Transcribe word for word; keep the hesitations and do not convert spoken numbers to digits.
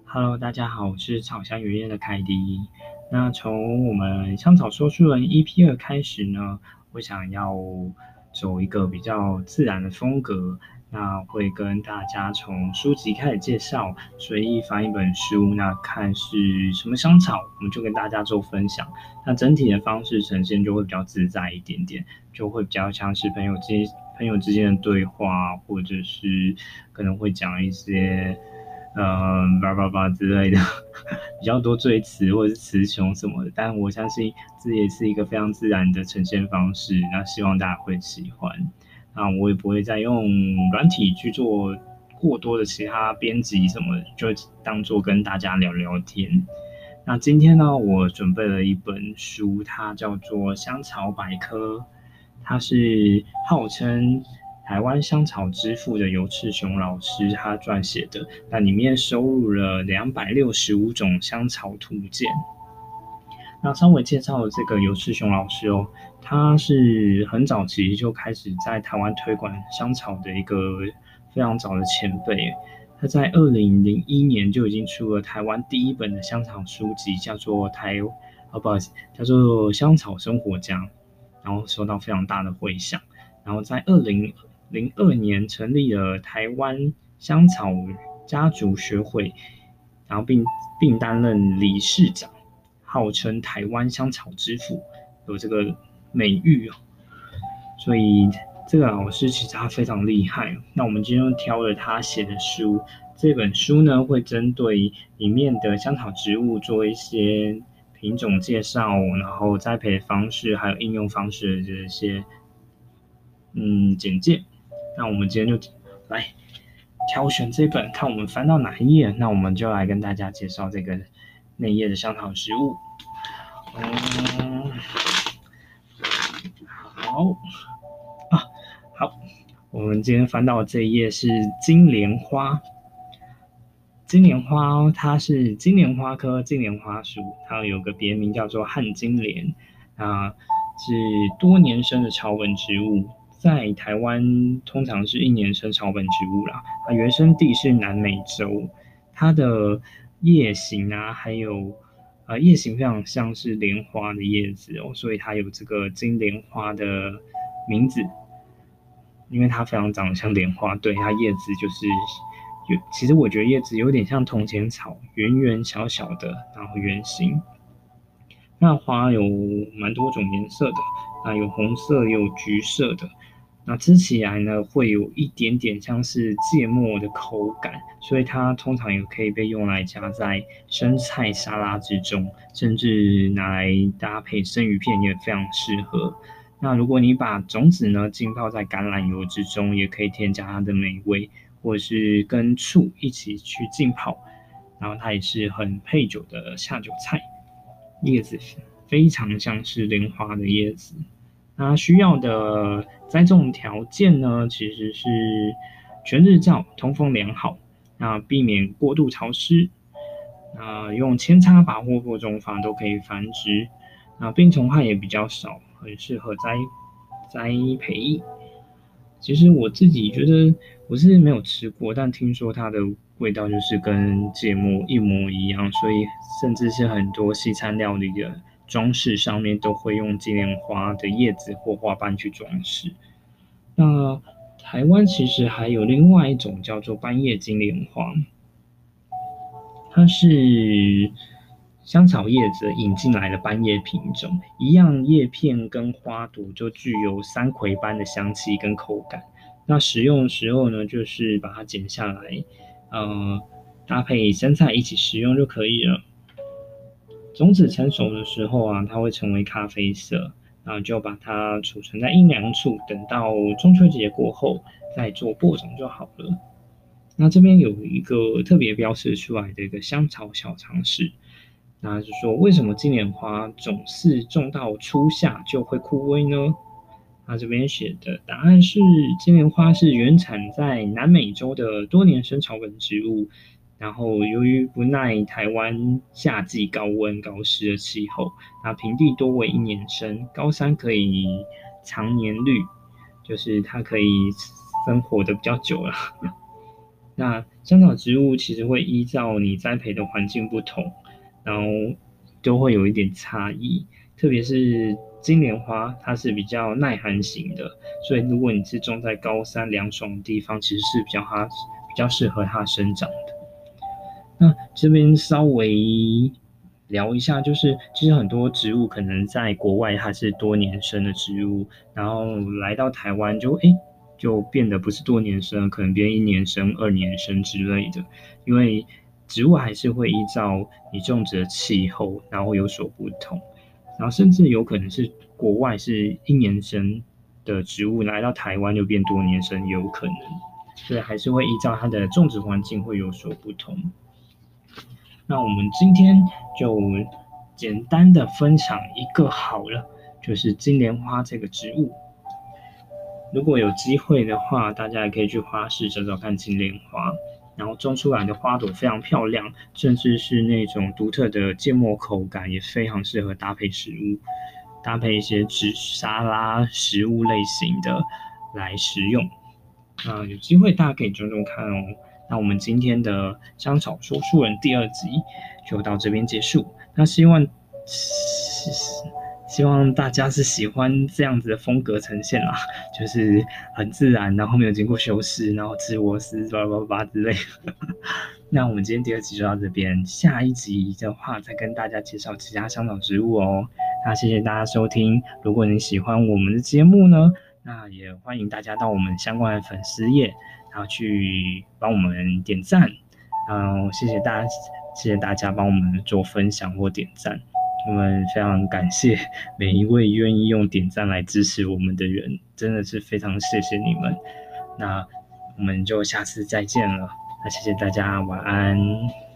Hello，大家好，我是草香园业的凯迪。那从我们香草说书人 E P 二开始呢，我想要走一个比较自然的风格，那会跟大家从书籍开始介绍，随意翻一本书，那看是什么香草，我们就跟大家做分享。那整体的方式呈现就会比较自在一点点，就会比较像是朋友之朋友之间的对话，或者是可能会讲一些。嗯，叭叭叭之类的，比较多赘词或者是词穷什么的，但我相信这也是一个非常自然的呈现方式，那希望大家会喜欢。那我也不会再用软体去做过多的其他编辑什么的，就当做跟大家聊聊天。那今天呢，我准备了一本书，它叫做《香草百科》，它是号称台湾香草之父的游赤雄老师他撰写的，那里面收录了两百六十五种香草图鉴。那稍微介绍了这个游赤雄老师哦，他是很早期就开始在台湾推广香草的一个非常早的前辈。他在二零零一年就已经出了台湾第一本的香草书籍，叫做台啊不好意思，叫做《香草生活家》，然后受到非常大的回响。然后在二零零二年成立了台湾香草家族学会，然后并并担任理事长，号称台湾香草之父，有这个美誉哦。所以这个老师其实他非常厉害。那我们今天挑了他写的书，这本书呢会针对里面的香草植物做一些品种介绍，然后栽培方式还有应用方式的这些嗯简介。那我们今天就来挑选这本，看我们翻到哪一页，那我们就来跟大家介绍这个内页的香草植物。嗯，好啊，好，我们今天翻到这一页是金莲花。金莲花它是金莲花科金莲花属，它有个别名叫做旱金莲，啊，是多年生的草本植物，在台湾通常是一年生草本植物啦。它原生地是南美洲，它的叶形啊，还有呃叶形非常像是莲花的叶子哦，所以它有这个金莲花的名字。因为它非常长得像莲花，对，它叶子就是有，其实我觉得叶子有点像铜钱草，圆圆小小的，然后圆形。那花有蛮多种颜色的，那有红色，也有橘色的。那吃起来呢，会有一点点像是芥末的口感，所以它通常也可以被用来加在生菜沙拉之中，甚至拿来搭配生鱼片也非常适合。那如果你把种子呢浸泡在橄榄油之中，也可以添加它的美味，或者是跟醋一起去浸泡，然后它也是很配酒的下酒菜。叶子非常像是莲花的叶子。那需要的栽种条件呢，其实是全日照、通风良好，那避免过度潮湿，那用扦插法或播种法都可以繁殖，那病虫害也比较少，很适合栽栽培。其实我自己觉得我是没有吃过，但听说它的味道就是跟芥末一模一样，所以甚至是很多西餐料理的装饰上面都会用金莲花的叶子或花瓣去装饰。那台湾其实还有另外一种叫做斑叶金莲花，它是香草叶子引进来的斑叶品种，一样叶片跟花朵就具有山葵般的香气跟口感。那食用的时候呢，就是把它剪下来，呃，搭配生菜一起食用就可以了。种子成熟的时候啊，它会成为咖啡色，然后就把它储存在阴凉处，等到中秋节过后再做播种就好了。那这边有一个特别标示出来的一个香草小常识，那就是说为什么金莲花总是种到初夏就会枯萎呢？那这边写的答案是，金莲花是原产在南美洲的多年生草本植物，然后由于不耐台湾夏季高温高湿的气候，那平地多为一年生，高山可以常年绿，就是它可以生活的比较久了。 那香草植物其实会依照你栽培的环境不同，然后都会有一点差异。特别是金莲花，它是比较耐寒型的，所以如果你是种在高山凉爽的地方，其实是比较它比较适合它生长的。那这边稍微聊一下，就是其实很多植物可能在国外它是多年生的植物，然后来到台湾就诶就变得不是多年生，可能变一年生、二年生之类的，因为植物还是会依照你种植的气候，然后有所不同，然后甚至有可能是国外是一年生的植物来到台湾就变多年生，也有可能，所以还是会依照它的种植环境会有所不同。那我们今天就简单的分享一个好了，就是金莲花这个植物。如果有机会的话，大家也可以去花市找找看金莲花，然后种出来的花朵非常漂亮，甚至是那种独特的芥末口感，也非常适合搭配食物，搭配一些纸沙拉食物类型的来食用。那有机会大家可以种种看哦。那我们今天的香草说书人第二集就到这边结束。那希望希望大家是喜欢这样子的风格呈现啦，就是很自然，然后没有经过修饰，然后吃螺丝叭叭叭之类的。那我们今天第二集就到这边，下一集的话再跟大家介绍其他香草植物哦。那谢谢大家收听，如果你喜欢我们的节目呢，那也欢迎大家到我们相关的粉丝页，然后去帮我们点赞，然后谢谢大家，谢谢大家帮我们做分享或点赞，我们非常感谢每一位愿意用点赞来支持我们的人，真的是非常谢谢你们。那我们就下次再见了，那谢谢大家，晚安。